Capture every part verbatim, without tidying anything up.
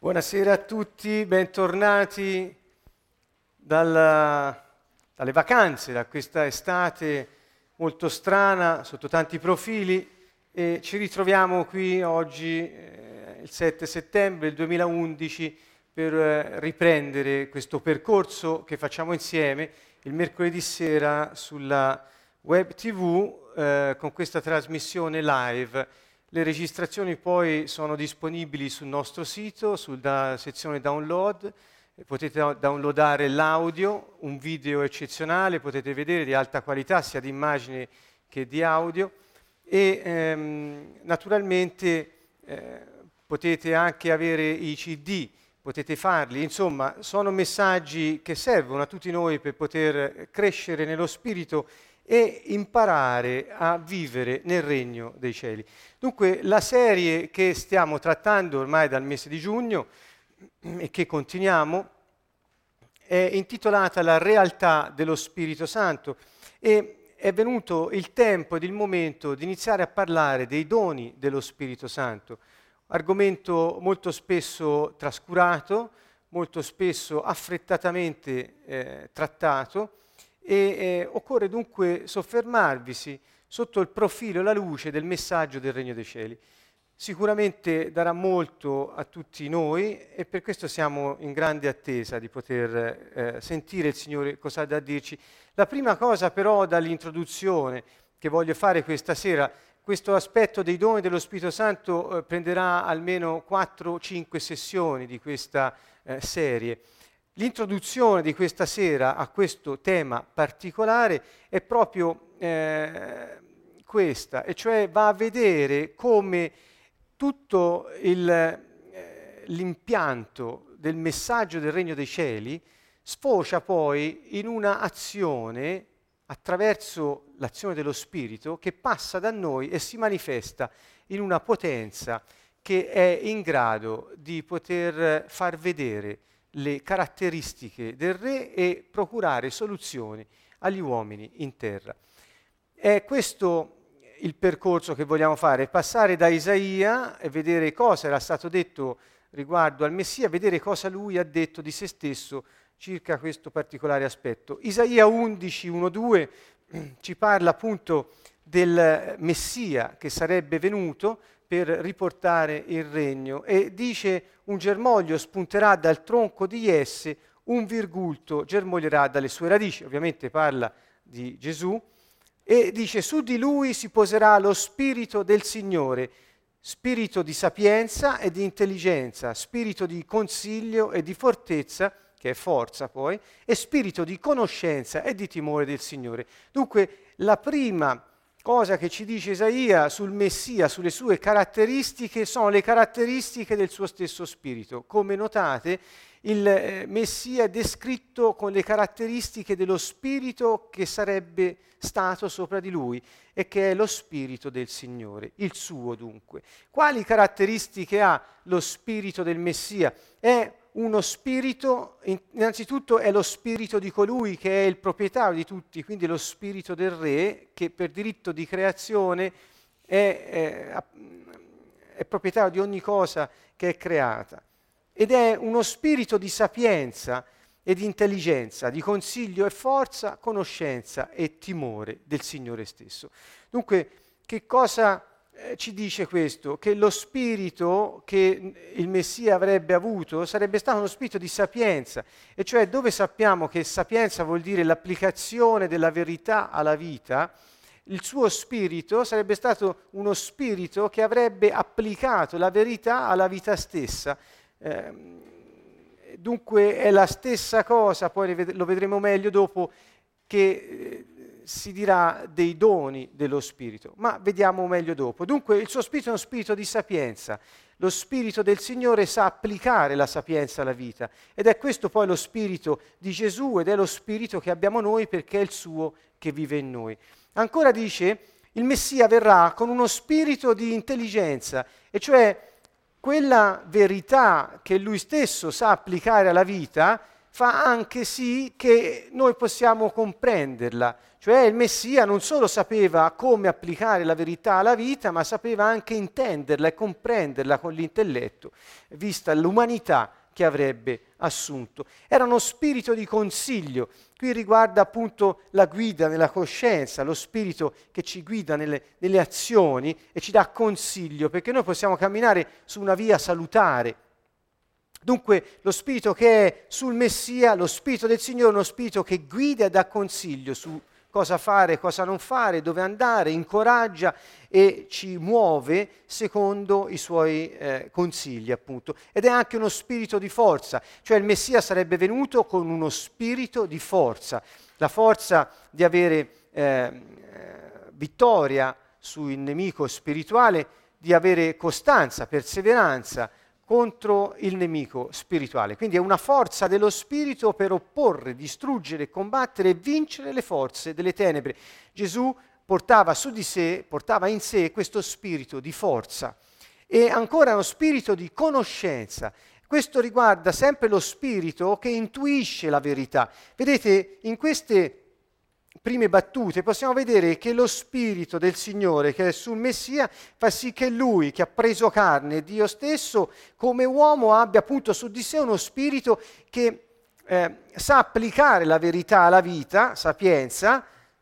Buonasera a tutti, bentornati dalla, dalle vacanze, da questa estate molto strana sotto tanti profili e ci ritroviamo qui oggi, eh, il sette settembre del duemilaundici, per eh, riprendere questo percorso che facciamo insieme il mercoledì sera sulla web tivù eh, con questa trasmissione live. Le registrazioni poi sono disponibili sul nostro sito, sulla sezione download, potete downloadare l'audio, un video eccezionale, potete vedere di alta qualità sia di immagine che di audio e ehm, naturalmente eh, potete anche avere i C D, potete farli, insomma sono messaggi che servono a tutti noi per poter crescere nello spirito e imparare a vivere nel regno dei cieli. Dunque, la serie che stiamo trattando ormai dal mese di giugno e che continuiamo è intitolata La realtà dello Spirito Santo e è venuto il tempo ed il momento di iniziare a parlare dei doni dello Spirito Santo, argomento molto spesso trascurato, molto spesso affrettatamente eh, trattato, e eh, occorre dunque soffermarvisi sotto il profilo e la luce del messaggio del Regno dei Cieli. Sicuramente darà molto a tutti noi e per questo siamo in grande attesa di poter eh, sentire il Signore cosa ha da dirci. La prima cosa però dall'introduzione che voglio fare questa sera, questo aspetto dei doni dello Spirito Santo eh, prenderà almeno quattro cinque sessioni di questa eh, serie. L'introduzione di questa sera a questo tema particolare è proprio eh, questa, e cioè va a vedere come tutto il, eh, l'impianto del messaggio del Regno dei Cieli sfocia poi in una azione attraverso l'azione dello Spirito che passa da noi e si manifesta in una potenza che è in grado di poter far vedere le caratteristiche del Re e procurare soluzioni agli uomini in terra. È questo il percorso che vogliamo fare, passare da Isaia e vedere cosa era stato detto riguardo al Messia, vedere cosa lui ha detto di se stesso circa questo particolare aspetto. Isaia undici, uno due ci parla appunto del Messia che sarebbe venuto per riportare il regno e dice: un germoglio spunterà dal tronco di Jesse, un virgulto germoglierà dalle sue radici. Ovviamente parla di Gesù e dice: su di lui si poserà lo spirito del Signore, spirito di sapienza e di intelligenza, spirito di consiglio e di fortezza, che è forza poi, e spirito di conoscenza e di timore del Signore. Dunque la prima cosa che ci dice Isaia sul Messia, sulle sue caratteristiche, sono le caratteristiche del suo stesso spirito. Come notate, il eh, Messia è descritto con le caratteristiche dello spirito che sarebbe stato sopra di lui e che è lo spirito del Signore, il suo dunque. Quali caratteristiche ha lo spirito del Messia? È uno spirito, innanzitutto è lo spirito di colui che è il proprietario di tutti, quindi lo spirito del Re, che per diritto di creazione è, è, è proprietario di ogni cosa che è creata. Ed è uno spirito di sapienza e di intelligenza, di consiglio e forza, conoscenza e timore del Signore stesso. Dunque, che cosa ci dice questo? Che lo spirito che il Messia avrebbe avuto sarebbe stato uno spirito di sapienza, e cioè dove sappiamo che sapienza vuol dire l'applicazione della verità alla vita, il suo spirito sarebbe stato uno spirito che avrebbe applicato la verità alla vita stessa. Eh, dunque è la stessa cosa, poi lo vedremo meglio dopo, che eh, si dirà dei doni dello Spirito, ma vediamo meglio dopo. Dunque il suo spirito è uno spirito di sapienza, lo spirito del Signore sa applicare la sapienza alla vita ed è questo poi lo spirito di Gesù ed è lo spirito che abbiamo noi perché è il suo che vive in noi. Ancora dice, il Messia verrà con uno spirito di intelligenza, e cioè quella verità che lui stesso sa applicare alla vita fa anche sì che noi possiamo comprenderla. Cioè il Messia non solo sapeva come applicare la verità alla vita, ma sapeva anche intenderla e comprenderla con l'intelletto, vista l'umanità che avrebbe assunto. Era uno spirito di consiglio. Qui riguarda appunto la guida nella coscienza, lo spirito che ci guida nelle, nelle azioni e ci dà consiglio, perché noi possiamo camminare su una via salutare. Dunque lo spirito che è sul Messia, lo spirito del Signore, è uno spirito che guida e dà consiglio su cosa fare, cosa non fare, dove andare, incoraggia e ci muove secondo i suoi eh, consigli, appunto. Ed è anche uno spirito di forza, cioè il Messia sarebbe venuto con uno spirito di forza, la forza di avere eh, vittoria sul nemico spirituale, di avere costanza, perseveranza contro il nemico spirituale. Quindi è una forza dello spirito per opporre, distruggere, combattere e vincere le forze delle tenebre. Gesù portava su di sé, portava in sé questo spirito di forza e ancora uno spirito di conoscenza. Questo riguarda sempre lo spirito che intuisce la verità. Vedete, in queste prime battute possiamo vedere che lo spirito del Signore che è sul Messia fa sì che Lui, che ha preso carne, Dio stesso, come uomo abbia appunto su di sé uno spirito che eh, sa applicare la verità alla vita, sapienza,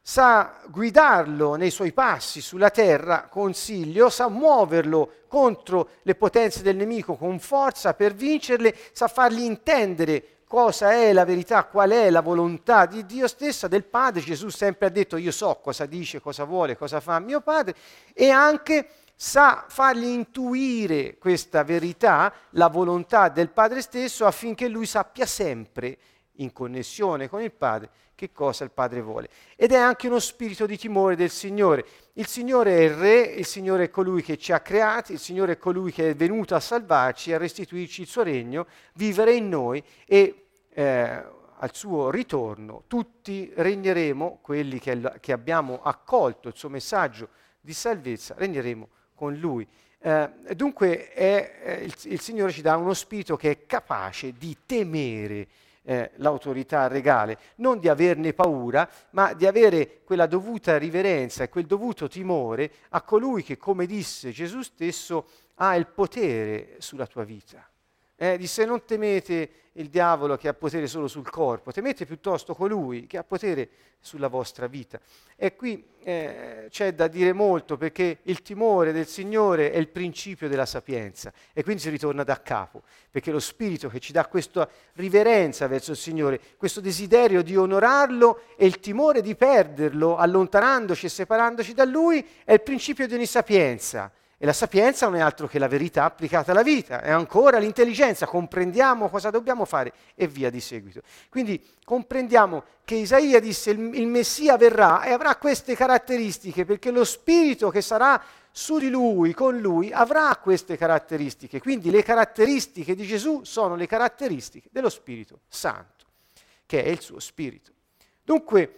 sa guidarlo nei suoi passi sulla terra, consiglio, sa muoverlo contro le potenze del nemico con forza per vincerle, sa fargli intendere cosa è la verità, qual è la volontà di Dio stessa, del Padre. Gesù sempre ha detto io so cosa dice, cosa vuole, cosa fa mio Padre, e anche sa fargli intuire questa verità, la volontà del Padre stesso, affinché lui sappia sempre, in connessione con il Padre, che cosa il Padre vuole. Ed è anche uno spirito di timore del Signore. Il Signore è il Re, il Signore è colui che ci ha creati, il Signore è colui che è venuto a salvarci, a restituirci il suo regno, vivere in noi e eh, al suo ritorno tutti regneremo, quelli che, che abbiamo accolto il suo messaggio di salvezza, regneremo con Lui. Eh, dunque è, è il, il Signore ci dà uno spirito che è capace di temere Eh, l'autorità regale, non di averne paura, ma di avere quella dovuta riverenza e quel dovuto timore a colui che, come disse Gesù stesso, ha il potere sulla tua vita. Eh, disse non temete il diavolo che ha potere solo sul corpo, temete piuttosto colui che ha potere sulla vostra vita. E qui eh, c'è da dire molto, perché il timore del Signore è il principio della sapienza e quindi si ritorna da capo, perché lo spirito che ci dà questa riverenza verso il Signore, questo desiderio di onorarlo e il timore di perderlo allontanandoci e separandoci da Lui è il principio di ogni sapienza. E la sapienza non è altro che la verità applicata alla vita, è ancora l'intelligenza, comprendiamo cosa dobbiamo fare e via di seguito. Quindi comprendiamo che Isaia disse il, il Messia verrà e avrà queste caratteristiche, perché lo spirito che sarà su di lui, con lui, avrà queste caratteristiche. Quindi le caratteristiche di Gesù sono le caratteristiche dello Spirito Santo, che è il suo spirito. Dunque,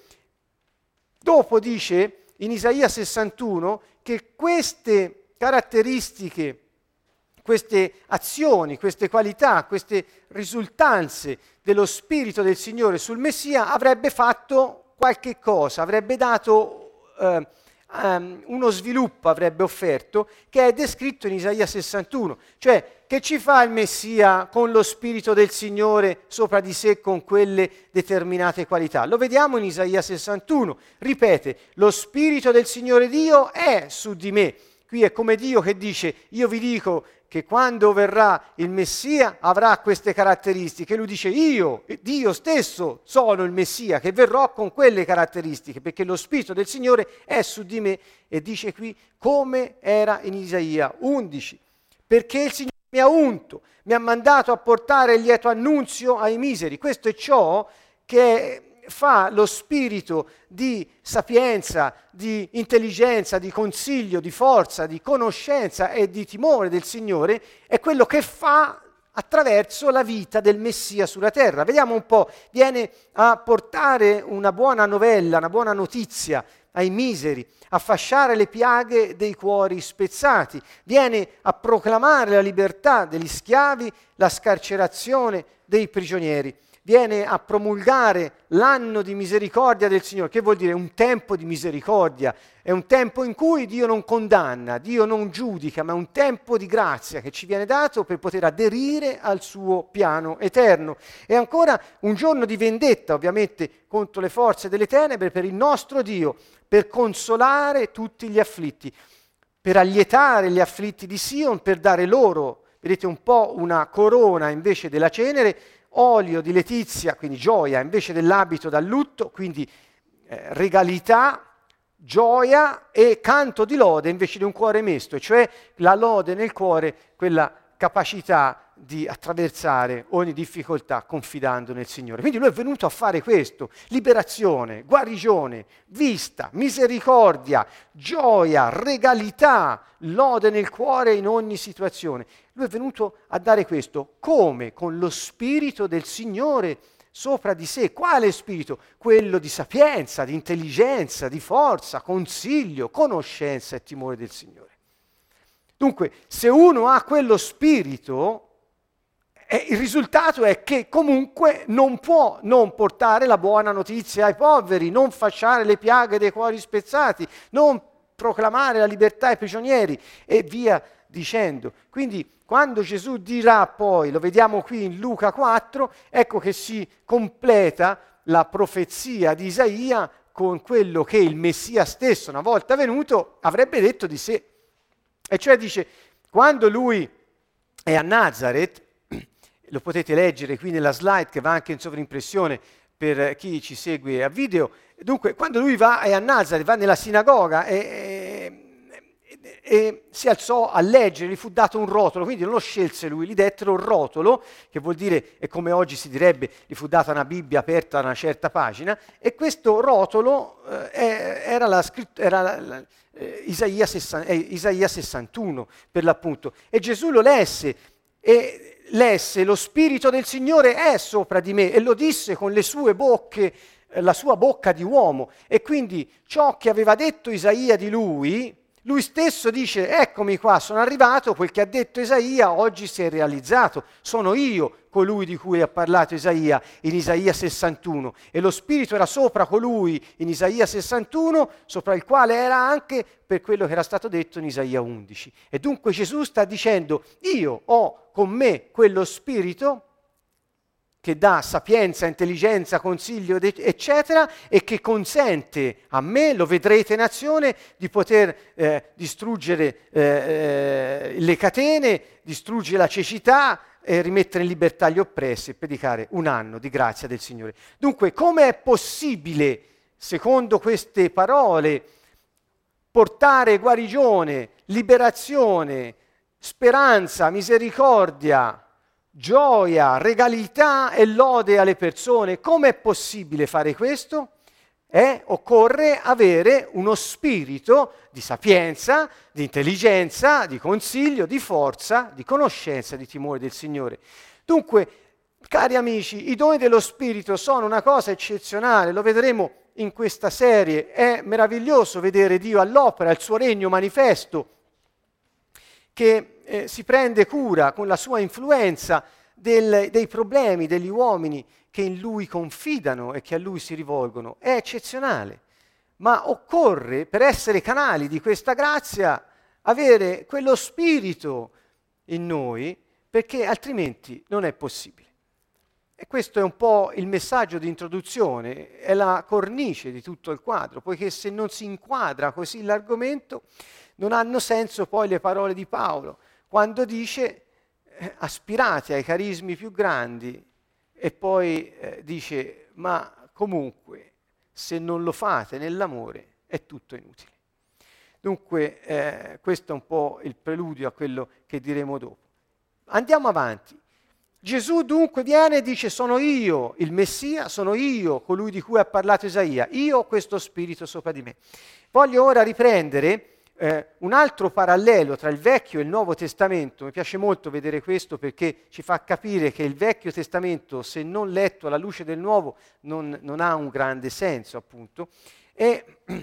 dopo dice in Isaia sessantuno che queste caratteristiche, queste azioni, queste qualità, queste risultanze dello Spirito del Signore sul Messia avrebbe fatto qualche cosa, avrebbe dato eh, um, uno sviluppo, avrebbe offerto, che è descritto in Isaia sessantuno. Cioè, che ci fa il Messia con lo Spirito del Signore sopra di sé con quelle determinate qualità? Lo vediamo in Isaia sessantuno. Ripete, lo Spirito del Signore Dio è su di me. Qui è come Dio che dice, io vi dico che quando verrà il Messia avrà queste caratteristiche. Lui dice, io, Dio stesso, sono il Messia, che verrò con quelle caratteristiche, perché lo Spirito del Signore è su di me. E dice qui, come era in Isaia undici, perché il Signore mi ha unto, mi ha mandato a portare il lieto annunzio ai miseri. Questo è ciò che fa lo spirito di sapienza, di intelligenza, di consiglio, di forza, di conoscenza e di timore del Signore, è quello che fa attraverso la vita del Messia sulla terra. Vediamo un po', viene a portare una buona novella, una buona notizia ai miseri, a fasciare le piaghe dei cuori spezzati, viene a proclamare la libertà degli schiavi, la scarcerazione dei prigionieri. viene a promulgare l'anno di misericordia del Signore. Che vuol dire? Un tempo di misericordia, è un tempo in cui Dio non condanna, Dio non giudica, ma è un tempo di grazia che ci viene dato per poter aderire al suo piano eterno. E ancora un giorno di vendetta, ovviamente, contro le forze delle tenebre per il nostro Dio, per consolare tutti gli afflitti, per allietare gli afflitti di Sion, per dare loro, vedete, un po' una corona invece della cenere, olio di letizia, quindi gioia, invece dell'abito da lutto, quindi eh, regalità, gioia e canto di lode invece di un cuore mesto, e cioè la lode nel cuore, quella capacità di attraversare ogni difficoltà confidando nel Signore. Quindi lui è venuto a fare questo: liberazione, guarigione, vista, misericordia, gioia, regalità, lode nel cuore in ogni situazione. Lui è venuto a dare questo, come? Con lo Spirito del Signore sopra di sé. Quale spirito? Quello di sapienza, di intelligenza, di forza, consiglio, conoscenza e timore del Signore. Dunque, se uno ha quello spirito, eh, il risultato è che comunque non può non portare la buona notizia ai poveri, non fasciare le piaghe dei cuori spezzati, non proclamare la libertà ai prigionieri e via dicendo. Quindi quando Gesù dirà poi, lo vediamo qui in Luca quattro, ecco che si completa la profezia di Isaia con quello che il Messia stesso, una volta venuto, avrebbe detto di sé. E cioè dice, quando lui è a Nazareth, lo potete leggere qui nella slide che va anche in sovrimpressione per chi ci segue a video, dunque quando lui va è a Nazareth, va nella sinagoga e, e, e si alzò a leggere, gli fu dato un rotolo, quindi non lo scelse lui, gli dettero un rotolo, che vuol dire, e come oggi si direbbe, gli fu data una Bibbia aperta a una certa pagina, e questo rotolo eh, era la scrittura, era la, la, eh, Isaia, sessanta, eh, Isaia sessantuno per l'appunto, e Gesù lo lesse e lesse: lo Spirito del Signore è sopra di me, e lo disse con le sue bocche, eh, la sua bocca di uomo, e quindi ciò che aveva detto Isaia di lui, lui stesso dice: eccomi qua, sono arrivato, quel che ha detto Isaia oggi si è realizzato, sono io colui di cui ha parlato Isaia in Isaia sessantuno, e lo Spirito era sopra colui in Isaia sessantuno, sopra il quale era anche per quello che era stato detto in Isaia undici. E dunque Gesù sta dicendo: io ho con me quello Spirito che dà sapienza, intelligenza, consiglio, eccetera, e che consente a me, lo vedrete in azione, di poter eh, distruggere eh, eh, le catene, distruggere la cecità, e rimettere in libertà gli oppressi e predicare un anno di grazia del Signore. Dunque, come è possibile, secondo queste parole, portare guarigione, liberazione, speranza, misericordia, gioia, regalità e lode alle persone? Come è possibile fare questo? Eh, occorre avere uno spirito di sapienza, di intelligenza, di consiglio, di forza, di conoscenza, di timore del Signore. Dunque, cari amici, i doni dello Spirito sono una cosa eccezionale, lo vedremo in questa serie. È meraviglioso vedere Dio all'opera, il suo regno manifesto, che eh, si prende cura con la sua influenza del, dei problemi degli uomini che in Lui confidano e che a Lui si rivolgono. È eccezionale, ma occorre, per essere canali di questa grazia, avere quello spirito in noi, perché altrimenti non è possibile. E questo è un po' il messaggio di introduzione, è la cornice di tutto il quadro, poiché se non si inquadra così l'argomento, non hanno senso poi le parole di Paolo, quando dice eh, aspirate ai carismi più grandi, e poi eh, dice: ma comunque se non lo fate nell'amore è tutto inutile. Dunque eh, questo è un po' il preludio a quello che diremo dopo. Andiamo avanti. Gesù dunque viene e dice: sono io il Messia, sono io colui di cui ha parlato Isaia, io ho questo spirito sopra di me. Voglio ora riprendere Eh, un altro parallelo tra il Vecchio e il Nuovo Testamento. Mi piace molto vedere questo perché ci fa capire che il Vecchio Testamento, se non letto alla luce del Nuovo, non, non ha un grande senso, appunto. E,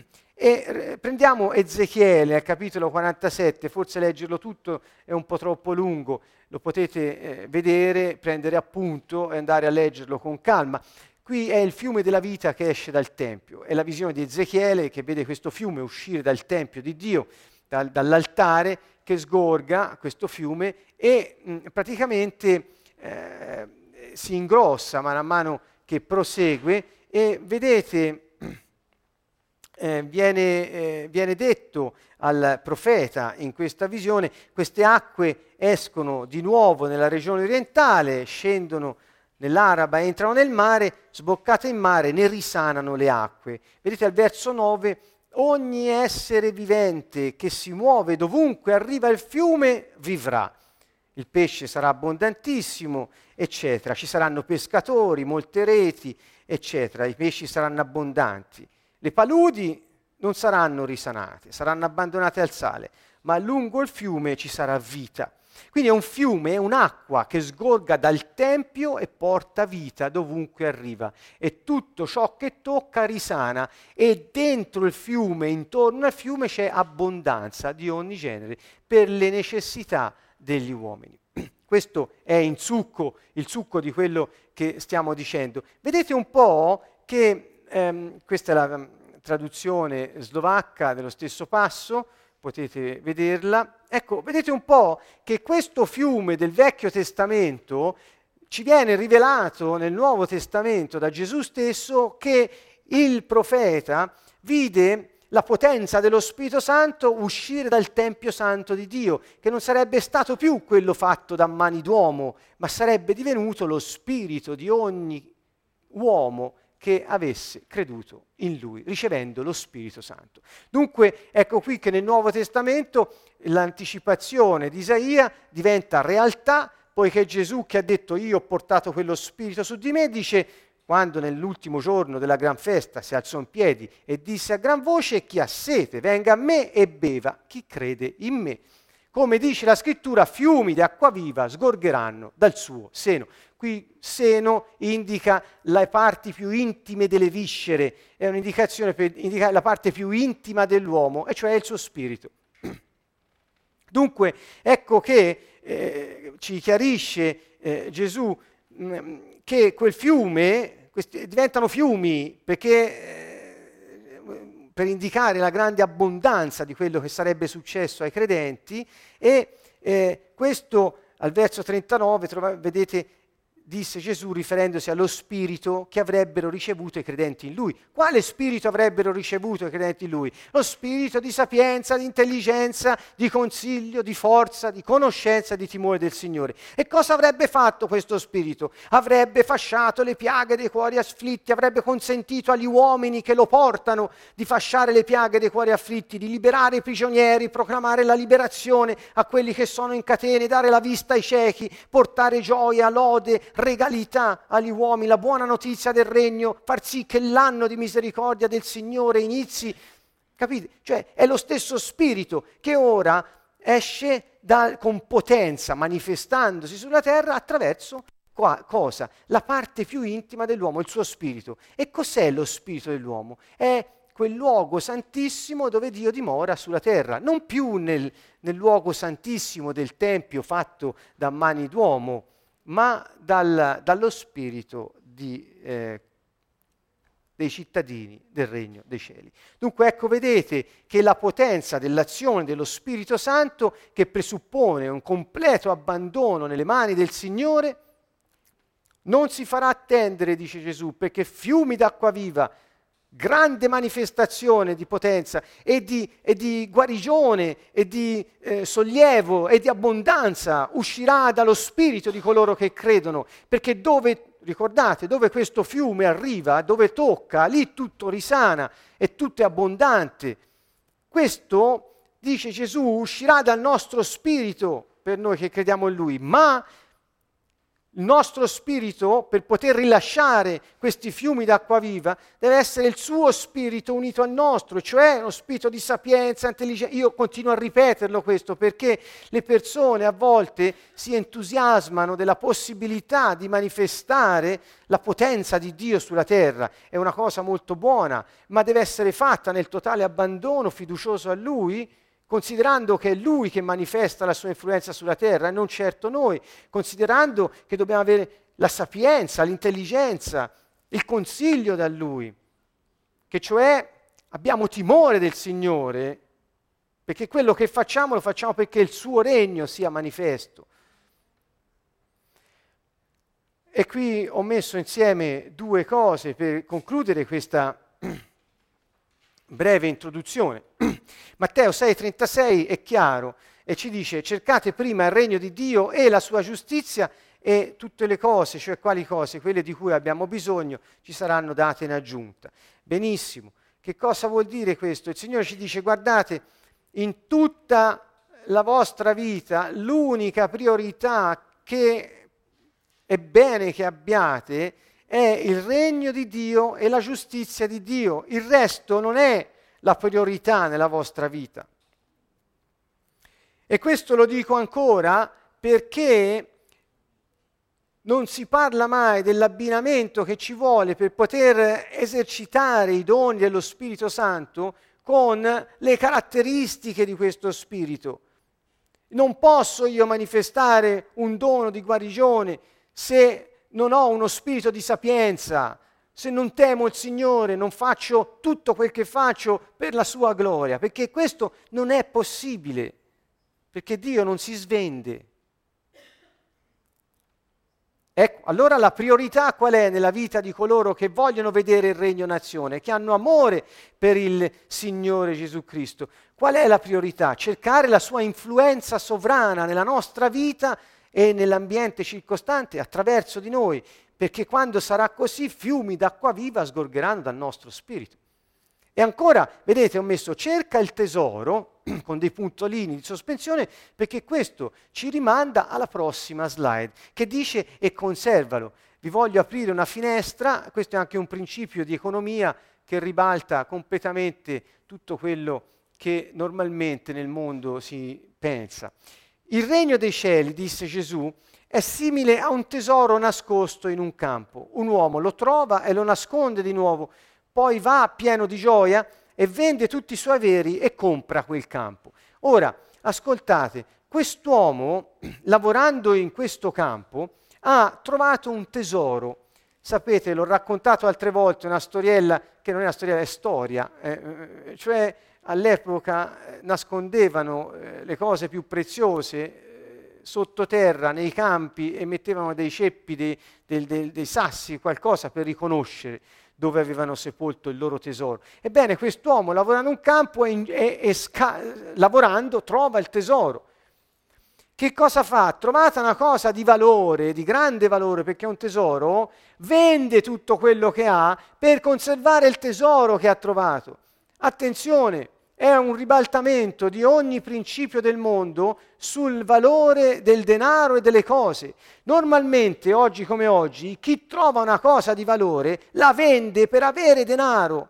e prendiamo Ezechiele al capitolo quarantasette, forse leggerlo tutto è un po' troppo lungo, lo potete eh, vedere, prendere appunto e andare a leggerlo con calma. Qui è il fiume della vita che esce dal Tempio, è la visione di Ezechiele che vede questo fiume uscire dal Tempio di Dio, dal, dall'altare, che sgorga questo fiume e mh, praticamente eh, si ingrossa man mano che prosegue e vedete eh, viene, eh, viene detto al profeta in questa visione: queste acque escono di nuovo nella regione orientale, scendono nell'Araba, entrano nel mare, sboccate in mare, ne risanano le acque. Vedete al verso nove: ogni essere vivente che si muove dovunque arriva il fiume vivrà. Il pesce sarà abbondantissimo, eccetera. Ci saranno pescatori, molte reti, eccetera. I pesci saranno abbondanti. Le paludi non saranno risanate, saranno abbandonate al sale, ma lungo il fiume ci sarà vita. Quindi è un fiume, è un'acqua che sgorga dal Tempio e porta vita dovunque arriva. E tutto ciò che tocca risana, e dentro il fiume, intorno al fiume, c'è abbondanza di ogni genere per le necessità degli uomini. Questo è in succo, il succo di quello che stiamo dicendo. Vedete un po' che ehm, questa è la traduzione slovacca dello stesso passo, potete vederla. Ecco, vedete un po' che questo fiume del Vecchio Testamento ci viene rivelato nel Nuovo Testamento da Gesù stesso, che il profeta vide la potenza dello Spirito Santo uscire dal Tempio Santo di Dio, che non sarebbe stato più quello fatto da mani d'uomo, ma sarebbe divenuto lo Spirito di ogni uomo che avesse creduto in Lui, ricevendo lo Spirito Santo. Dunque, ecco qui che nel Nuovo Testamento l'anticipazione di Isaia diventa realtà, poiché Gesù, che ha detto io ho portato quello Spirito su di me, dice, quando nell'ultimo giorno della gran festa si alzò in piedi e disse a gran voce: chi ha sete venga a me e beva, chi crede in me. Come dice la scrittura, fiumi di acqua viva sgorgeranno dal suo seno. Qui seno indica le parti più intime delle viscere, è un'indicazione per indicare la parte più intima dell'uomo, e cioè il suo spirito. Dunque, ecco che eh, ci chiarisce eh, Gesù mh, che quel fiume, questi, diventano fiumi perché eh, per indicare la grande abbondanza di quello che sarebbe successo ai credenti, e eh, questo al verso trentanove trova, vedete, disse Gesù riferendosi allo spirito che avrebbero ricevuto i credenti in Lui. Quale spirito avrebbero ricevuto i credenti in Lui? Lo spirito di sapienza, di intelligenza, di consiglio, di forza, di conoscenza, di timore del Signore. E cosa avrebbe fatto questo spirito? Avrebbe fasciato le piaghe dei cuori afflitti, avrebbe consentito agli uomini che lo portano di fasciare le piaghe dei cuori afflitti, di liberare i prigionieri, proclamare la liberazione a quelli che sono in catene, dare la vista ai ciechi, portare gioia, lode, regalità agli uomini, la buona notizia del regno, far sì che l'anno di misericordia del Signore inizi. Capite? Cioè è lo stesso spirito che ora esce da, con potenza, manifestandosi sulla terra attraverso qua, cosa? La parte più intima dell'uomo, il suo spirito. E cos'è lo spirito dell'uomo? È quel luogo santissimo dove Dio dimora sulla terra, non più nel, nel luogo santissimo del Tempio fatto da mani d'uomo, ma dal, dallo spirito di, eh, dei cittadini del regno dei cieli. Dunque ecco, vedete che la potenza dell'azione dello Spirito Santo, che presuppone un completo abbandono nelle mani del Signore, non si farà attendere, dice Gesù, perché fiumi d'acqua viva, grande manifestazione di potenza e di, e di guarigione e di eh, sollievo e di abbondanza uscirà dallo spirito di coloro che credono, perché dove, ricordate, dove questo fiume arriva, dove tocca, lì tutto risana e tutto è abbondante. Questo, dice Gesù, uscirà dal nostro spirito per noi che crediamo in Lui, ma Il nostro spirito, per poter rilasciare questi fiumi d'acqua viva, deve essere il suo spirito unito al nostro, cioè uno spirito di sapienza, intelligenza. Io continuo a ripeterlo questo perché le persone a volte si entusiasmano della possibilità di manifestare la potenza di Dio sulla terra. È una cosa molto buona, ma deve essere fatta nel totale abbandono fiducioso a Lui, considerando che è Lui che manifesta la sua influenza sulla terra e non certo noi, considerando che dobbiamo avere la sapienza, l'intelligenza, il consiglio da Lui, che cioè abbiamo timore del Signore, perché quello che facciamo lo facciamo perché il suo regno sia manifesto. E qui ho messo insieme due cose per concludere questa breve introduzione. Matteo sei trentasei è chiaro e ci dice: cercate prima il regno di Dio e la sua giustizia e tutte le cose, cioè quali cose? Quelle di cui abbiamo bisogno, ci saranno date in aggiunta. Benissimo. Che cosa vuol dire questo? Il Signore ci dice: guardate, in tutta la vostra vita l'unica priorità che è bene che abbiate è il regno di Dio e la giustizia di Dio. Il resto non è la priorità nella vostra vita. E questo lo dico ancora perché non si parla mai dell'abbinamento che ci vuole per poter esercitare i doni dello Spirito Santo con le caratteristiche di questo Spirito. Non posso io manifestare un dono di guarigione se non ho uno spirito di sapienza, se non temo il Signore, non faccio tutto quel che faccio per la sua gloria, perché questo non è possibile, perché Dio non si svende. Ecco, allora la priorità qual è nella vita di coloro che vogliono vedere il regno nazione, che hanno amore per il Signore Gesù Cristo? Qual è la priorità? Cercare la sua influenza sovrana nella nostra vita e nell'ambiente circostante attraverso di noi, perché quando sarà così fiumi d'acqua viva sgorgeranno dal nostro spirito. E ancora, vedete, ho messo cerca il tesoro con dei puntolini di sospensione, perché questo ci rimanda alla prossima slide, che dice e conservalo. Vi voglio aprire una finestra, questo è anche un principio di economia che ribalta completamente tutto quello che normalmente nel mondo si pensa. Il regno dei cieli, disse Gesù, è simile a un tesoro nascosto in un campo. Un uomo lo trova e lo nasconde di nuovo, poi va pieno di gioia e vende tutti i suoi averi e compra quel campo. Ora, ascoltate, quest'uomo, lavorando in questo campo, ha trovato un tesoro. Sapete, l'ho raccontato altre volte, una storiella, che non è una storiella, è storia, eh, cioè all'epoca nascondevano eh, le cose più preziose eh, sottoterra, nei campi, e mettevano dei ceppi, dei, dei, dei, dei sassi, qualcosa per riconoscere dove avevano sepolto il loro tesoro. Ebbene, quest'uomo lavora in un campo e, e, e sca- lavorando trova il tesoro. Che cosa fa? Trovata una cosa di valore, di grande valore, perché è un tesoro, vende tutto quello che ha per conservare il tesoro che ha trovato. Attenzione, è un ribaltamento di ogni principio del mondo sul valore del denaro e delle cose. Normalmente, oggi come oggi, chi trova una cosa di valore la vende per avere denaro.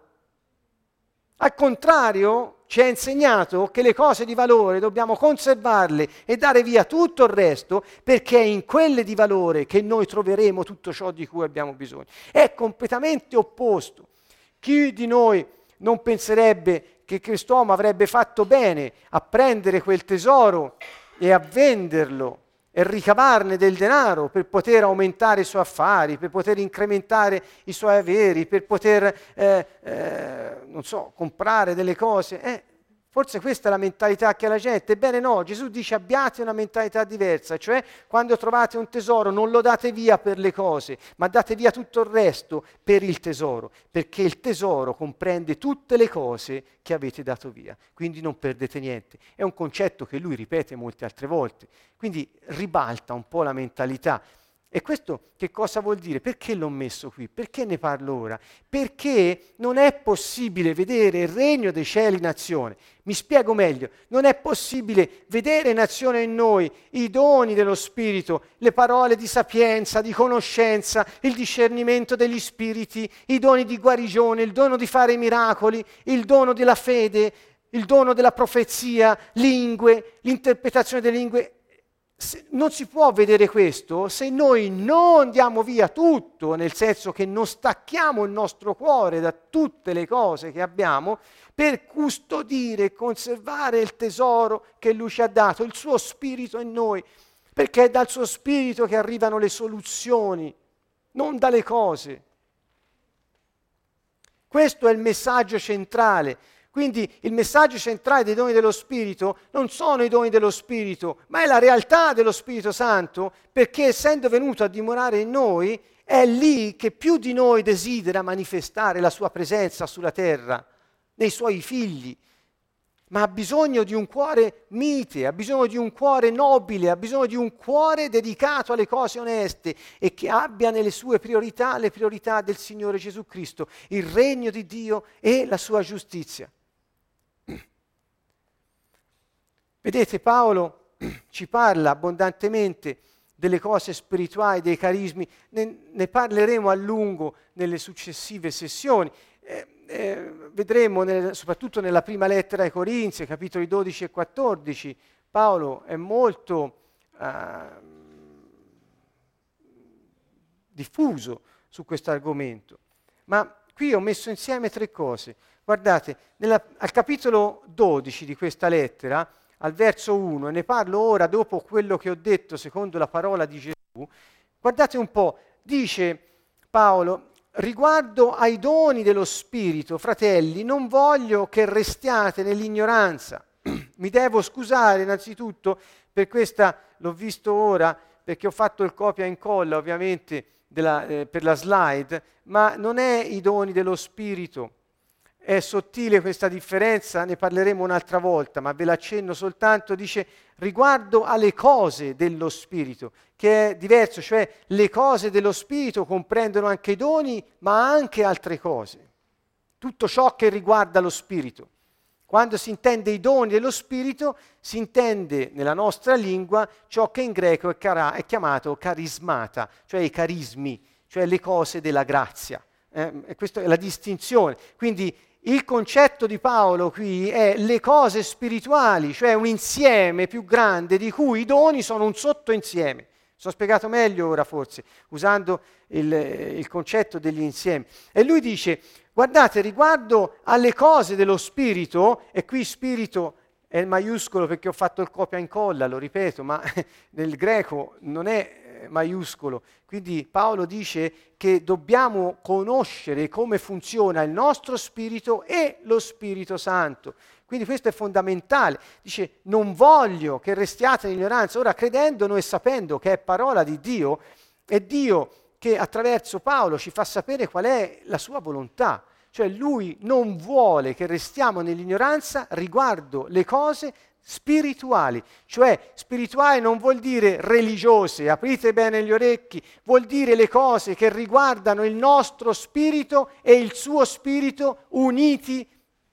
Al contrario, ci è insegnato che le cose di valore dobbiamo conservarle e dare via tutto il resto, perché è in quelle di valore che noi troveremo tutto ciò di cui abbiamo bisogno. È completamente opposto. Chi di noi non penserebbe che quest'uomo avrebbe fatto bene a prendere quel tesoro e a venderlo e ricavarne del denaro per poter aumentare i suoi affari, per poter incrementare i suoi averi, per poter, eh, eh, non so, comprare delle cose? Eh, forse questa è la mentalità che ha la gente. Ebbene no, Gesù dice abbiate una mentalità diversa, cioè quando trovate un tesoro non lo date via per le cose, ma date via tutto il resto per il tesoro, perché il tesoro comprende tutte le cose che avete dato via, quindi non perdete niente. È un concetto che lui ripete molte altre volte, quindi ribalta un po' la mentalità. E questo che cosa vuol dire? Perché l'ho messo qui? Perché ne parlo ora? Perché non è possibile vedere il regno dei cieli in azione. Mi spiego meglio. Non è possibile vedere in azione in noi i doni dello Spirito, le parole di sapienza, di conoscenza, il discernimento degli spiriti, i doni di guarigione, il dono di fare miracoli, il dono della fede, il dono della profezia, lingue, l'interpretazione delle lingue. Se non si può vedere questo se noi non diamo via tutto, nel senso che non stacchiamo il nostro cuore da tutte le cose che abbiamo per custodire e conservare il tesoro che Lui ci ha dato, il suo spirito in noi, perché è dal suo spirito che arrivano le soluzioni, non dalle cose. Questo è il messaggio centrale. Quindi il messaggio centrale dei doni dello Spirito non sono i doni dello Spirito, ma è la realtà dello Spirito Santo, perché essendo venuto a dimorare in noi, è lì che più di noi desidera manifestare la sua presenza sulla terra, nei suoi figli. Ma ha bisogno di un cuore mite, ha bisogno di un cuore nobile, ha bisogno di un cuore dedicato alle cose oneste e che abbia nelle sue priorità le priorità del Signore Gesù Cristo, il regno di Dio e la sua giustizia. Vedete, Paolo ci parla abbondantemente delle cose spirituali, dei carismi, ne, ne parleremo a lungo nelle successive sessioni. Eh, eh, vedremo, nel, soprattutto nella prima lettera ai Corinzi, capitoli dodici e quattordici, Paolo è molto eh, diffuso su questo argomento. Ma qui ho messo insieme tre cose. Guardate, nella, al capitolo dodici di questa lettera, al verso uno, e ne parlo ora dopo quello che ho detto secondo la parola di Gesù, guardate un po', dice Paolo, riguardo ai doni dello Spirito, fratelli, non voglio che restiate nell'ignoranza. Mi devo scusare innanzitutto per questa, l'ho visto ora, perché ho fatto il copia e incolla ovviamente della, eh, per la slide, ma non è i doni dello Spirito. È sottile questa differenza, ne parleremo un'altra volta, ma ve l'accenno soltanto, dice riguardo alle cose dello Spirito, che è diverso, cioè le cose dello Spirito comprendono anche i doni, ma anche altre cose. Tutto ciò che riguarda lo Spirito. Quando si intende i doni dello Spirito, si intende nella nostra lingua ciò che in greco è, cara- è chiamato carismata, cioè i carismi, cioè le cose della grazia. Eh, e questa è la distinzione. Quindi il concetto di Paolo qui è le cose spirituali, cioè un insieme più grande di cui i doni sono un sottoinsieme. Sono spiegato meglio ora forse, usando il, il concetto degli insiemi. E lui dice, guardate, riguardo alle cose dello spirito, e qui spirito è il maiuscolo perché ho fatto il copia e incolla, lo ripeto, ma nel greco non è maiuscolo. Quindi Paolo dice che dobbiamo conoscere come funziona il nostro spirito e lo Spirito Santo. Quindi questo è fondamentale. Dice, non voglio che restiate in ignoranza. Ora, credendo e sapendo che è parola di Dio, è Dio che attraverso Paolo ci fa sapere qual è la sua volontà. Cioè lui non vuole che restiamo nell'ignoranza riguardo le cose spirituali, cioè spirituali non vuol dire religiose, aprite bene gli orecchi, vuol dire le cose che riguardano il nostro spirito e il suo spirito uniti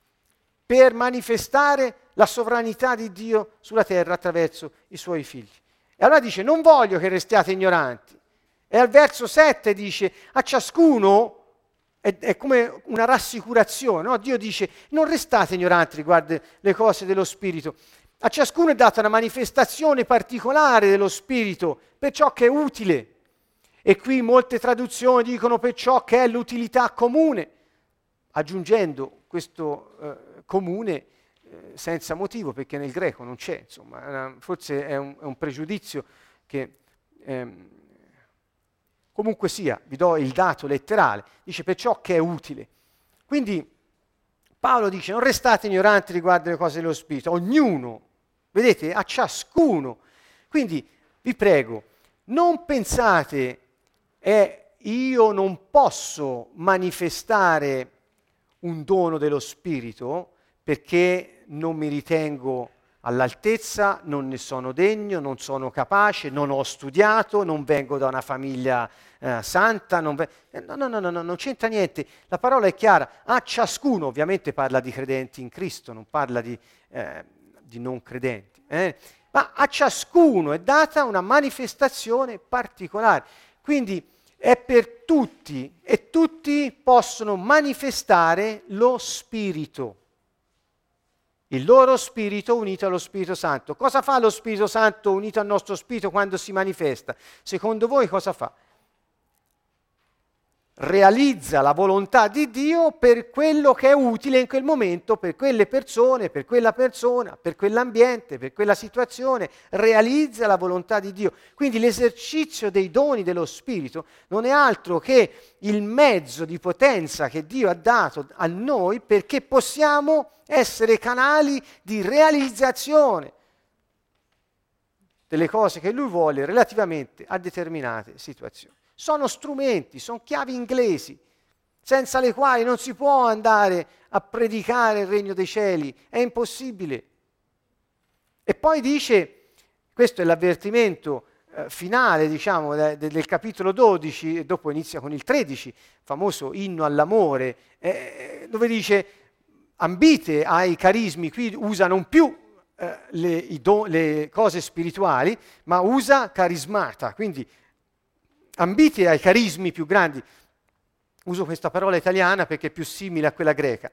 per manifestare la sovranità di Dio sulla terra attraverso i suoi figli. E allora dice, non voglio che restiate ignoranti. E al verso sette dice, a ciascuno, è, è come una rassicurazione, no? Dio dice, non restate ignoranti riguardo le cose dello spirito. A ciascuno è data una manifestazione particolare dello Spirito per ciò che è utile. E qui molte traduzioni dicono per ciò che è l'utilità comune, aggiungendo questo eh, comune eh, senza motivo, perché nel greco non c'è, insomma, forse è un, è un pregiudizio che ehm, comunque sia, vi do il dato letterale, dice per ciò che è utile. Quindi Paolo dice non restate ignoranti riguardo le cose dello Spirito, ognuno, vedete, a ciascuno. Quindi vi prego, non pensate, eh, io non posso manifestare un dono dello Spirito perché non mi ritengo all'altezza, non ne sono degno, non sono capace, non ho studiato, non vengo da una famiglia eh, santa, non ve- no, no, no, no, no, non c'entra niente. La parola è chiara, a ciascuno, ovviamente parla di credenti in Cristo, non parla di, eh, di non credenti, eh? Ma a ciascuno è data una manifestazione particolare. Quindi è per tutti e tutti possono manifestare lo Spirito. Il loro spirito unito allo Spirito Santo. Cosa fa lo Spirito Santo unito al nostro spirito quando si manifesta? Secondo voi cosa fa? Realizza la volontà di Dio per quello che è utile in quel momento, per quelle persone, per quella persona, per quell'ambiente, per quella situazione. Realizza la volontà di Dio. Quindi l'esercizio dei doni dello Spirito non è altro che il mezzo di potenza che Dio ha dato a noi perché possiamo essere canali di realizzazione delle cose che Lui vuole relativamente a determinate situazioni. Sono strumenti, sono chiavi inglesi, senza le quali non si può andare a predicare il regno dei cieli, è impossibile. E poi dice, questo è l'avvertimento eh, finale, diciamo, de, de, del capitolo dodici, e dopo inizia con il tredici, famoso inno all'amore, eh, dove dice, ambite ai carismi, qui usa non più eh, le, i do, le cose spirituali, ma usa carismata, quindi ambite ai carismi più grandi. Uso questa parola italiana perché è più simile a quella greca.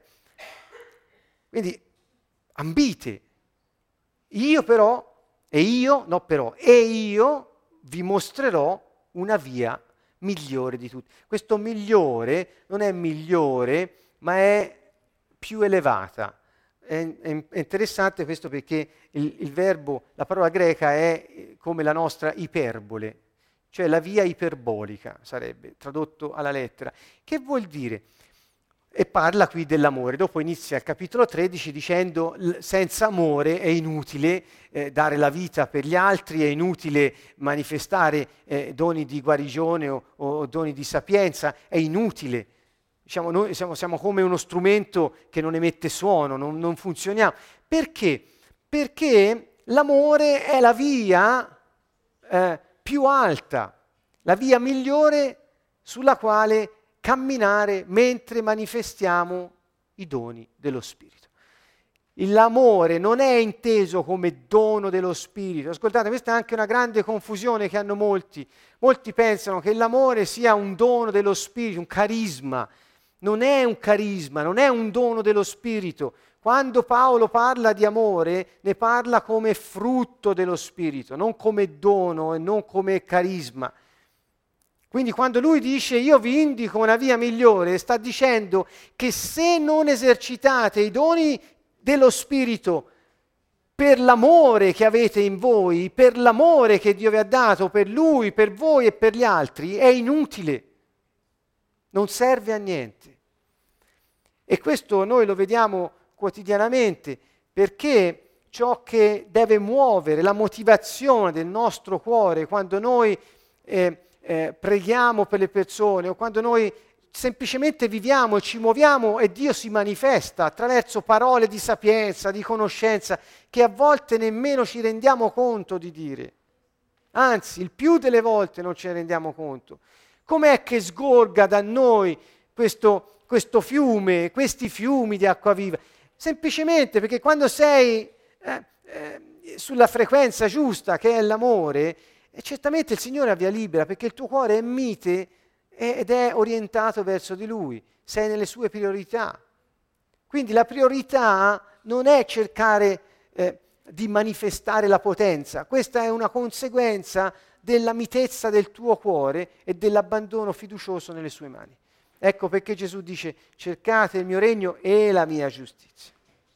Quindi ambite. Io però, e io, no però, e io vi mostrerò una via migliore di tutti. Questo migliore non è migliore, ma è più elevata. È, è, è interessante questo perché il, il verbo, la parola greca è come la nostra iperbole, cioè la via iperbolica sarebbe, tradotto alla lettera. Che vuol dire? E parla qui dell'amore. Dopo inizia il capitolo tredici dicendo senza amore è inutile eh, dare la vita per gli altri, è inutile manifestare eh, doni di guarigione o, o doni di sapienza, è inutile. Diciamo, noi siamo, siamo come uno strumento che non emette suono, non, non funzioniamo. Perché? Perché l'amore è la via eh, più alta, la via migliore sulla quale camminare mentre manifestiamo i doni dello Spirito. L'amore non è inteso come dono dello Spirito. Ascoltate, questa è anche una grande confusione che hanno molti. Molti pensano che l'amore sia un dono dello Spirito, un carisma. Non è un carisma, non è un dono dello Spirito. Quando Paolo parla di amore, ne parla come frutto dello Spirito, non come dono e non come carisma. Quindi quando lui dice io vi indico una via migliore, sta dicendo che se non esercitate i doni dello Spirito per l'amore che avete in voi, per l'amore che Dio vi ha dato, per Lui, per voi e per gli altri, è inutile, non serve a niente. E questo noi lo vediamo quotidianamente, perché ciò che deve muovere la motivazione del nostro cuore quando noi eh, eh, preghiamo per le persone o quando noi semplicemente viviamo e ci muoviamo e Dio si manifesta attraverso parole di sapienza, di conoscenza, che a volte nemmeno ci rendiamo conto di dire. Anzi, il più delle volte non ce ne rendiamo conto. Com'è che sgorga da noi questo, questo fiume, questi fiumi di acqua viva? Semplicemente perché quando sei eh, eh, sulla frequenza giusta, che è l'amore, e certamente il Signore ha via libera, perché il tuo cuore è mite ed è orientato verso di Lui, sei nelle sue priorità. Quindi la priorità non è cercare eh, di manifestare la potenza, questa è una conseguenza della mitezza del tuo cuore e dell'abbandono fiducioso nelle sue mani. Ecco perché Gesù dice cercate il mio regno e la mia giustizia.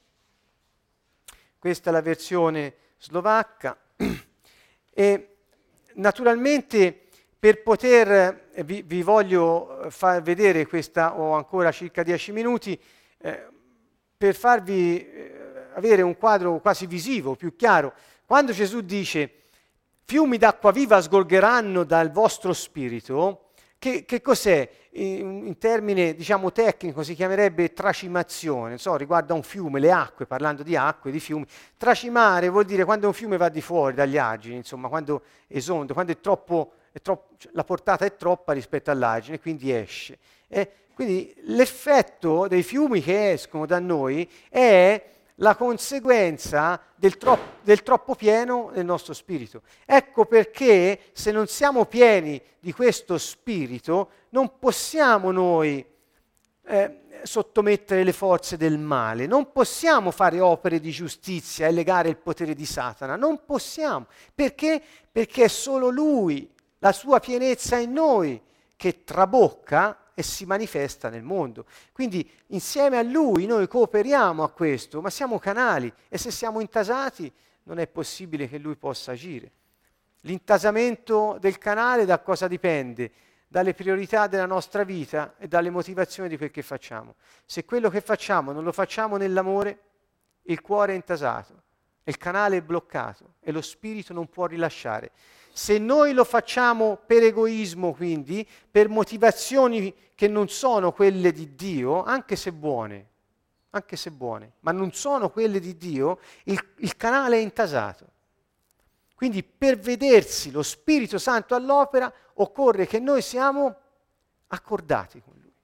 Questa è la versione slovacca e naturalmente per poter, eh, vi, vi voglio far vedere questa, ho ancora circa dieci minuti, eh, per farvi eh, avere un quadro quasi visivo, più chiaro. Quando Gesù dice fiumi d'acqua viva sgorgeranno dal vostro spirito, che, che cos'è? In, in termine, diciamo, tecnico si chiamerebbe tracimazione, non so, riguarda un fiume, le acque, parlando di acque, di fiumi. Tracimare vuol dire quando un fiume va di fuori, dagli argini, insomma, quando esonda, quando è troppo, è troppo, cioè, la portata è troppa rispetto all'argine, quindi esce. Eh, quindi l'effetto dei fiumi che escono da noi è la conseguenza del, tro- del troppo pieno del nostro spirito. Ecco perché se non siamo pieni di questo spirito non possiamo noi eh, sottomettere le forze del male, non possiamo fare opere di giustizia e legare il potere di Satana, non possiamo. Perché? Perché è solo Lui, la sua pienezza in noi, che trabocca e si manifesta nel mondo. Quindi insieme a Lui noi cooperiamo a questo, ma siamo canali e se siamo intasati non è possibile che Lui possa agire. L'intasamento del canale da cosa dipende? Dalle priorità della nostra vita e dalle motivazioni di quel che facciamo. Se quello che facciamo non lo facciamo nell'amore, il cuore è intasato, il canale è bloccato e lo spirito non può rilasciare. Se noi lo facciamo per egoismo, quindi, per motivazioni che non sono quelle di Dio, anche se buone, anche se buone, ma non sono quelle di Dio, il, il canale è intasato. Quindi per vedersi lo Spirito Santo all'opera occorre che noi siamo accordati con Lui.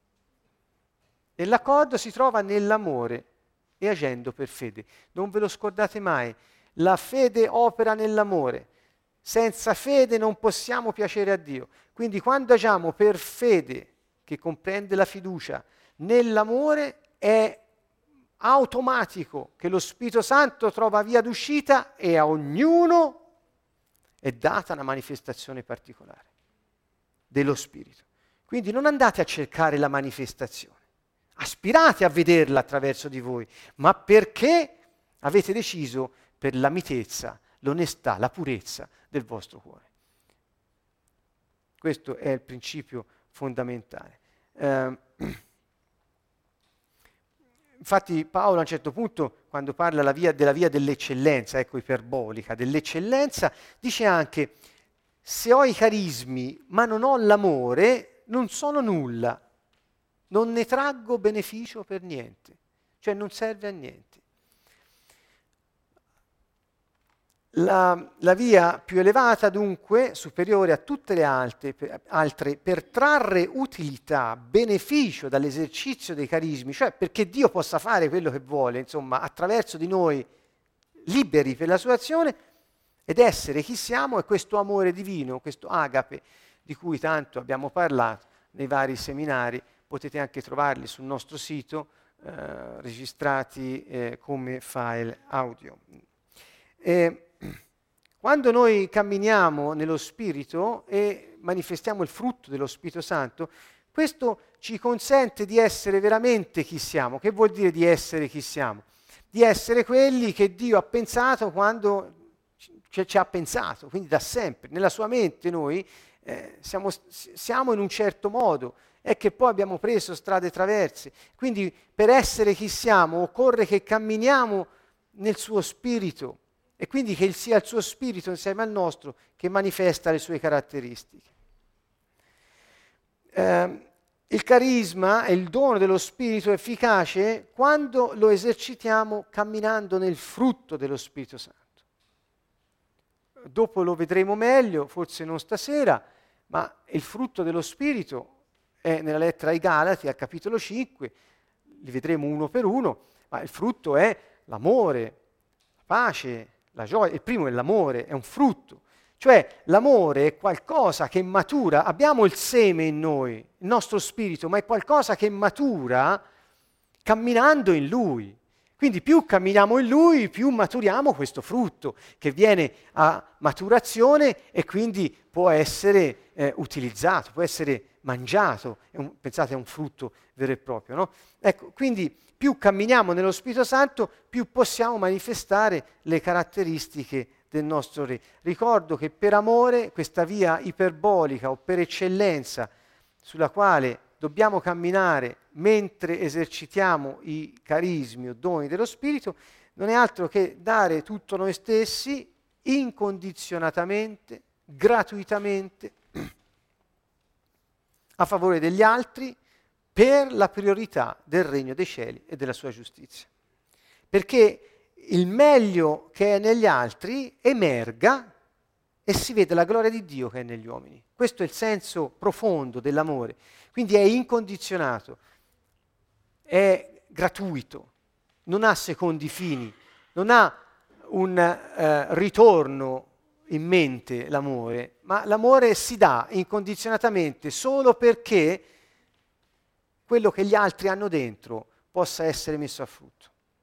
E l'accordo si trova nell'amore e agendo per fede. Non ve lo scordate mai, la fede opera nell'amore. Senza fede non possiamo piacere a Dio. Quindi quando agiamo per fede, che comprende la fiducia, nell'amore è automatico che lo Spirito Santo trova via d'uscita e a ognuno è data una manifestazione particolare dello Spirito. Quindi non andate a cercare la manifestazione, aspirate a vederla attraverso di voi, ma perché avete deciso per la mitezza, l'onestà, la purezza del vostro cuore. Questo è il principio fondamentale. Eh, infatti Paolo a un certo punto, quando parla la via, della via dell'eccellenza, ecco iperbolica, dell'eccellenza, dice anche, se ho i carismi ma non ho l'amore, non sono nulla, non ne traggo beneficio per niente, cioè non serve a niente. La, la via più elevata, dunque, superiore a tutte le altre per, altre, per trarre utilità, beneficio dall'esercizio dei carismi, cioè perché Dio possa fare quello che vuole, insomma, attraverso di noi, liberi per la sua azione, ed essere chi siamo, è questo amore divino, questo agape, di cui tanto abbiamo parlato nei vari seminari, potete anche trovarli sul nostro sito, eh, registrati eh, come file audio. E, quando noi camminiamo nello Spirito e manifestiamo il frutto dello Spirito Santo, questo ci consente di essere veramente chi siamo. Che vuol dire di essere chi siamo? Di essere quelli che Dio ha pensato quando ci, ci ha pensato, quindi da sempre. Nella sua mente noi eh, siamo, siamo in un certo modo, è che poi abbiamo preso strade traverse. Quindi per essere chi siamo occorre che camminiamo nel suo Spirito, e quindi che sia il suo spirito insieme al nostro che manifesta le sue caratteristiche. Eh, il carisma è il dono dello spirito efficace quando lo esercitiamo camminando nel frutto dello Spirito Santo. Dopo lo vedremo meglio, forse non stasera, ma il frutto dello spirito è nella lettera ai Galati, al capitolo cinque, li vedremo uno per uno, ma il frutto è l'amore, la pace, la gioia. Il primo è l'amore, è un frutto. Cioè l'amore è qualcosa che matura, abbiamo il seme in noi, il nostro spirito, ma è qualcosa che matura camminando in Lui. Quindi più camminiamo in Lui, più maturiamo questo frutto che viene a maturazione e quindi può essere eh, utilizzato, può essere mangiato. È un, pensate, è un frutto vero e proprio, no? Ecco, quindi più camminiamo nello Spirito Santo, più possiamo manifestare le caratteristiche del nostro Re. Ricordo che per amore, questa via iperbolica o per eccellenza sulla quale dobbiamo camminare mentre esercitiamo i carismi o doni dello Spirito, non è altro che dare tutto noi stessi incondizionatamente, gratuitamente, a favore degli altri per la priorità del regno dei cieli e della sua giustizia. Perché il meglio che è negli altri emerga e si vede la gloria di Dio che è negli uomini. Questo è il senso profondo dell'amore. Quindi è incondizionato, è gratuito, non ha secondi fini, non ha un eh, ritorno in mente l'amore, ma l'amore si dà incondizionatamente solo perché quello che gli altri hanno dentro possa essere messo a frutto.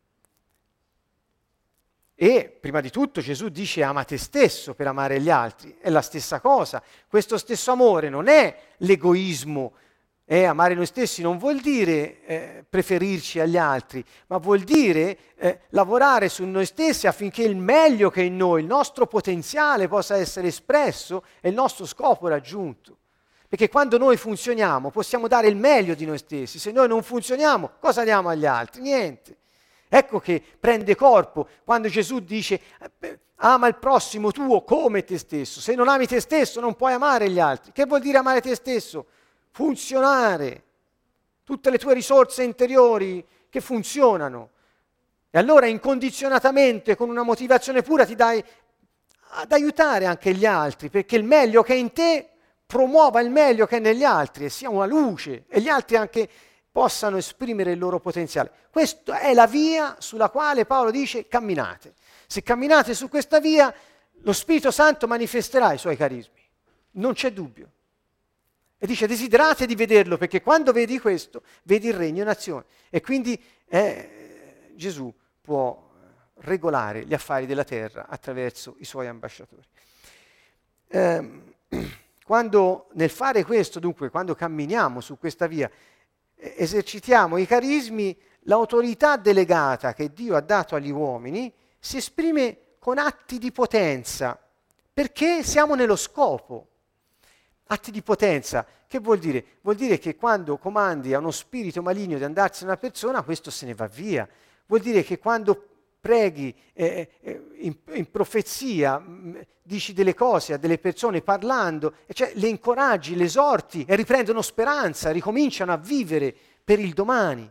E prima di tutto Gesù dice ama te stesso per amare gli altri, è la stessa cosa. Questo stesso amore non è l'egoismo, eh, amare noi stessi non vuol dire eh, preferirci agli altri, ma vuol dire eh, lavorare su noi stessi affinché il meglio che è in noi, il nostro potenziale possa essere espresso e il nostro scopo raggiunto. Perché quando noi funzioniamo possiamo dare il meglio di noi stessi, se noi non funzioniamo cosa diamo agli altri? Niente. Ecco che prende corpo quando Gesù dice ama il prossimo tuo come te stesso. Se non ami te stesso non puoi amare gli altri. Che vuol dire amare te stesso? Funzionare. Tutte le tue risorse interiori che funzionano. E allora incondizionatamente, con una motivazione pura, ti dai ad aiutare anche gli altri, perché il meglio che è in te promuova il meglio che è negli altri e sia una luce e gli altri anche possano esprimere il loro potenziale. Questa è la via sulla quale Paolo dice camminate. Se camminate su questa via, lo Spirito Santo manifesterà i suoi carismi, non c'è dubbio. E dice desiderate di vederlo, perché quando vedi questo, vedi il regno in azione. E quindi eh, Gesù può regolare gli affari della terra attraverso i suoi ambasciatori. Eh, quando nel fare questo, dunque, quando camminiamo su questa via, esercitiamo i carismi, l'autorità delegata che Dio ha dato agli uomini si esprime con atti di potenza, perché siamo nello scopo. Atti di potenza, che vuol dire? Vuol dire che quando comandi a uno spirito maligno di andarsene una persona, questo se ne va via. Vuol dire che quando preghi eh, eh, in, in profezia, mh, dici delle cose a delle persone parlando, e cioè le incoraggi, le esorti e riprendono speranza, ricominciano a vivere per il domani.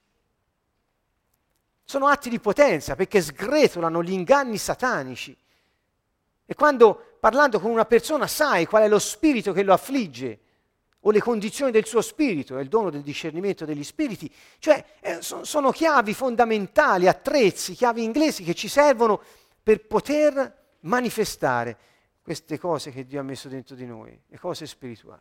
Sono atti di potenza perché sgretolano gli inganni satanici. E quando parlando con una persona sai qual è lo spirito che lo affligge o le condizioni del suo spirito, è il dono del discernimento degli spiriti, cioè eh, so, sono chiavi fondamentali, attrezzi, chiavi inglesi che ci servono per poter manifestare queste cose che Dio ha messo dentro di noi, le cose spirituali.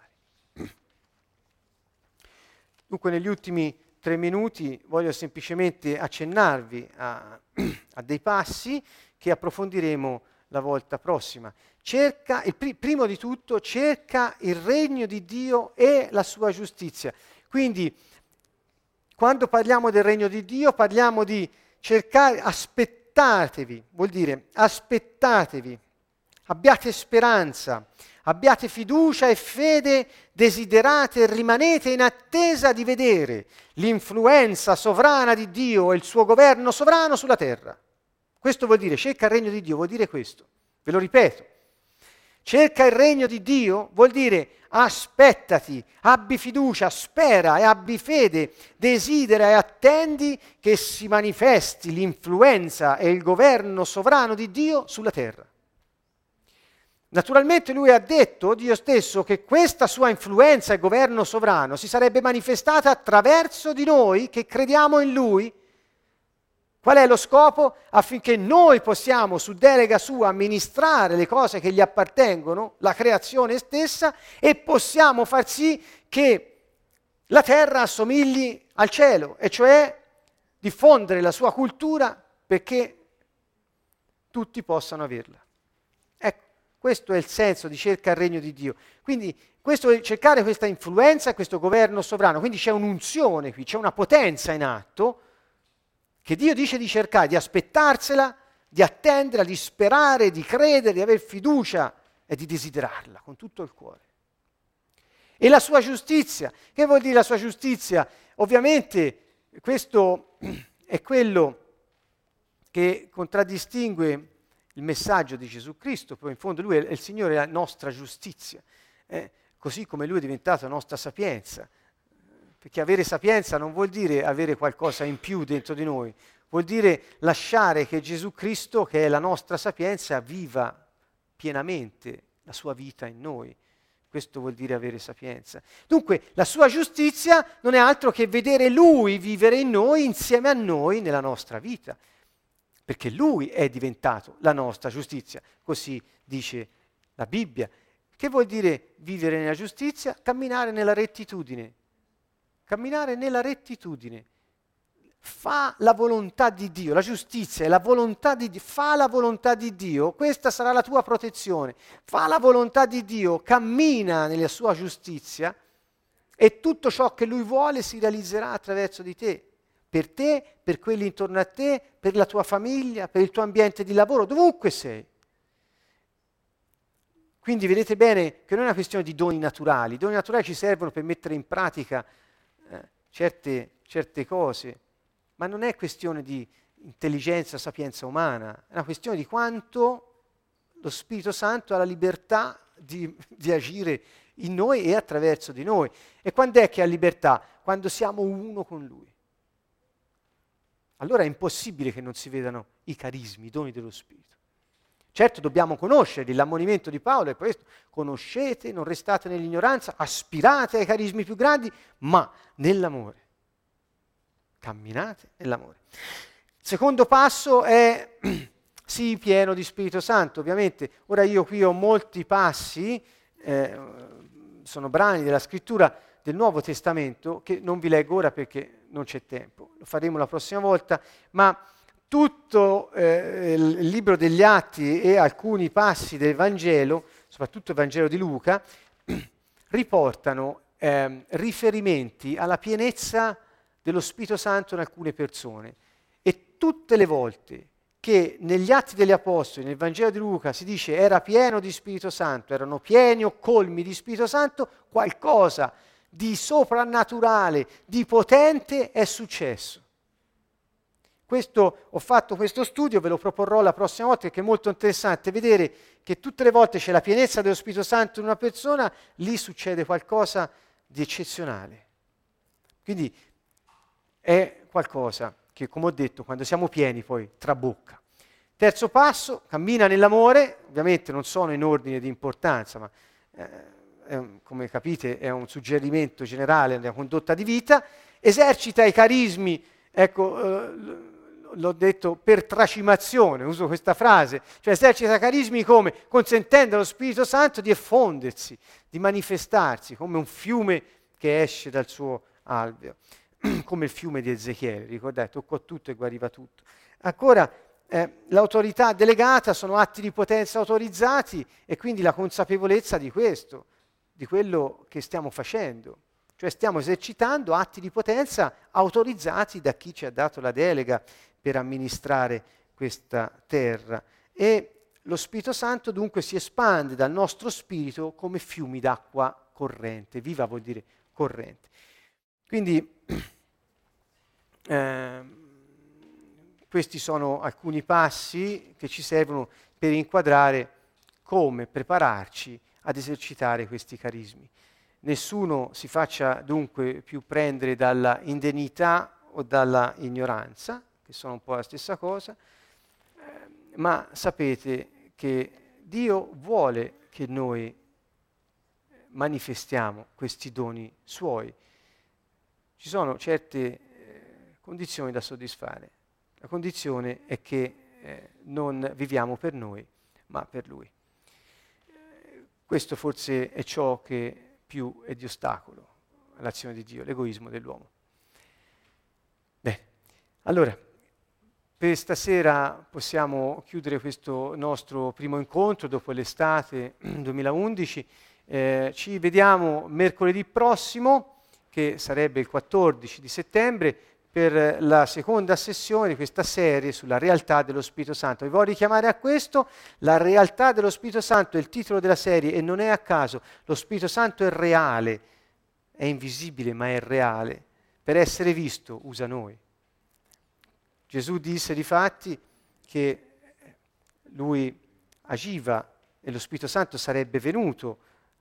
Dunque negli ultimi tre minuti voglio semplicemente accennarvi a, a dei passi che approfondiremo la volta prossima. Cerca, il pri- primo di tutto, cerca il regno di Dio e la sua giustizia. Quindi, quando parliamo del regno di Dio, parliamo di cercare, aspettatevi, vuol dire aspettatevi, abbiate speranza, abbiate fiducia e fede, desiderate e rimanete in attesa di vedere l'influenza sovrana di Dio e il suo governo sovrano sulla terra. Questo vuol dire, cerca il regno di Dio, vuol dire questo. Ve lo ripeto. Cerca il regno di Dio vuol dire aspettati, abbi fiducia, spera e abbi fede, desidera e attendi che si manifesti l'influenza e il governo sovrano di Dio sulla terra. Naturalmente lui ha detto, Dio stesso, che questa sua influenza e governo sovrano si sarebbe manifestata attraverso di noi che crediamo in lui. Qual è lo scopo? Affinché noi possiamo, su delega sua, amministrare le cose che gli appartengono, la creazione stessa, e possiamo far sì che la terra assomigli al cielo, e cioè diffondere la sua cultura perché tutti possano averla. Ecco, questo è il senso di cerca il regno di Dio. Quindi questo è cercare questa influenza, questo governo sovrano. Quindi c'è un'unzione qui, c'è una potenza in atto, che Dio dice di cercare, di aspettarsela, di attenderla, di sperare, di credere, di aver fiducia e di desiderarla con tutto il cuore. E la sua giustizia, che vuol dire la sua giustizia? Ovviamente questo è quello che contraddistingue il messaggio di Gesù Cristo, poi in fondo lui è il Signore, è la nostra giustizia. Eh, così come Lui è diventato la nostra sapienza. Perché avere sapienza non vuol dire avere qualcosa in più dentro di noi, vuol dire lasciare che Gesù Cristo, che è la nostra sapienza, viva pienamente la sua vita in noi. Questo vuol dire avere sapienza. Dunque, la sua giustizia non è altro che vedere Lui vivere in noi, insieme a noi, nella nostra vita. Perché Lui è diventato la nostra giustizia. Così dice la Bibbia. Che vuol dire vivere nella giustizia? Camminare nella rettitudine. Camminare nella rettitudine. Fa la volontà di Dio, la giustizia è la volontà di Dio, fa la volontà di Dio, questa sarà la tua protezione. Fa la volontà di Dio, cammina nella sua giustizia e tutto ciò che Lui vuole si realizzerà attraverso di te, per te, per quelli intorno a te, per la tua famiglia, per il tuo ambiente di lavoro, dovunque sei. Quindi vedete bene che non è una questione di doni naturali, i doni naturali ci servono per mettere in pratica eh, certe, certe cose, ma non è questione di intelligenza, sapienza umana, è una questione di quanto lo Spirito Santo ha la libertà di, di agire in noi e attraverso di noi. E quando è che ha libertà? Quando siamo uno con Lui. Allora è impossibile che non si vedano i carismi, i doni dello Spirito. Certo dobbiamo conoscere, l'ammonimento di Paolo è questo: conoscete, non restate nell'ignoranza, aspirate ai carismi più grandi, ma nell'amore. Camminate nell'amore. Il secondo passo è sii pieno di Spirito Santo, ovviamente. Ora io qui ho molti passi, eh, sono brani della scrittura del Nuovo Testamento che non vi leggo ora perché non c'è tempo, lo faremo la prossima volta, ma tutto eh, il libro degli Atti e alcuni passi del Vangelo, soprattutto il Vangelo di Luca, riportano eh, riferimenti alla pienezza dello Spirito Santo in alcune persone. E tutte le volte che negli Atti degli Apostoli, nel Vangelo di Luca, si dice era pieno di Spirito Santo, erano pieni o colmi di Spirito Santo, qualcosa di soprannaturale, di potente è successo. Questo, ho fatto questo studio, ve lo proporrò la prossima volta, perché è molto interessante vedere che tutte le volte c'è la pienezza dello Spirito Santo in una persona, lì succede qualcosa di eccezionale. Quindi è qualcosa che, come ho detto, quando siamo pieni poi trabocca. Terzo passo, cammina nell'amore, ovviamente non sono in ordine di importanza, ma eh, è, come capite è un suggerimento generale della condotta di vita, esercita i carismi, ecco, eh, l'ho detto per tracimazione, uso questa frase, cioè esercita i carismi come? Consentendo allo Spirito Santo di effondersi, di manifestarsi, come un fiume che esce dal suo alveo. Come il fiume di Ezechiele, ricordate, toccò tutto e guariva tutto. Ancora, eh, l'autorità delegata sono atti di potenza autorizzati e quindi la consapevolezza di questo, di quello che stiamo facendo. Cioè stiamo esercitando atti di potenza autorizzati da chi ci ha dato la delega per amministrare questa terra. E lo Spirito Santo dunque si espande dal nostro spirito come fiumi d'acqua corrente. Viva vuol dire corrente. Quindi eh, questi sono alcuni passi che ci servono per inquadrare come prepararci ad esercitare questi carismi. Nessuno si faccia dunque più prendere dalla indegnità o dalla ignoranza, che sono un po' la stessa cosa, eh, ma sapete che Dio vuole che noi manifestiamo questi doni suoi. Ci sono certe eh, condizioni da soddisfare. La condizione è che eh, non viviamo per noi, ma per Lui. Eh, questo forse è ciò che più è di ostacolo all'azione di Dio, l'egoismo dell'uomo. Bene, allora, per stasera possiamo chiudere questo nostro primo incontro dopo l'estate duemilaundici. Eh, ci vediamo mercoledì prossimo, che sarebbe il quattordici di settembre, per la seconda sessione di questa serie sulla realtà dello Spirito Santo. Vi voglio richiamare a questo: la realtà dello Spirito Santo è il titolo della serie e non è a caso. Lo Spirito Santo è reale, è invisibile ma è reale. Per essere visto usa noi. Gesù disse difatti che lui agiva e lo Spirito Santo sarebbe venuto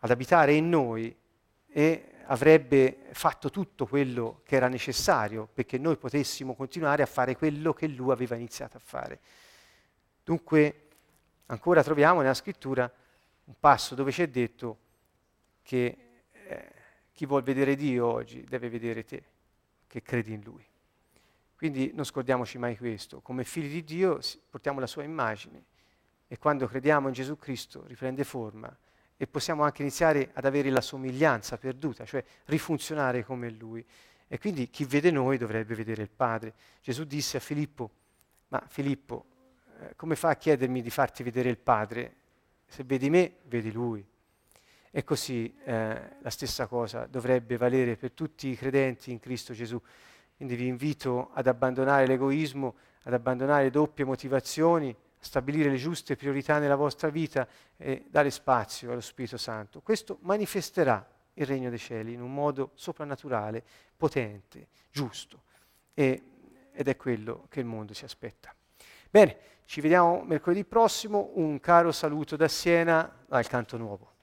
ad abitare in noi e avrebbe fatto tutto quello che era necessario perché noi potessimo continuare a fare quello che lui aveva iniziato a fare. Dunque, ancora troviamo nella scrittura un passo dove c'è detto che eh, chi vuol vedere Dio oggi deve vedere te, che credi in Lui. Quindi non scordiamoci mai questo, come figli di Dio portiamo la sua immagine e quando crediamo in Gesù Cristo riprende forma e possiamo anche iniziare ad avere la somiglianza perduta, cioè rifunzionare come Lui. E quindi chi vede noi dovrebbe vedere il Padre. Gesù disse a Filippo, ma Filippo, eh, come fa a chiedermi di farti vedere il Padre? Se vedi me, vedi Lui. E così eh, la stessa cosa dovrebbe valere per tutti i credenti in Cristo Gesù. Quindi vi invito ad abbandonare l'egoismo, ad abbandonare le doppie motivazioni, stabilire le giuste priorità nella vostra vita e dare spazio allo Spirito Santo. Questo manifesterà il Regno dei Cieli in un modo soprannaturale, potente, giusto. E, ed è quello che il mondo si aspetta. Bene, ci vediamo mercoledì prossimo. Un caro saluto da Siena, dal Canto Nuovo.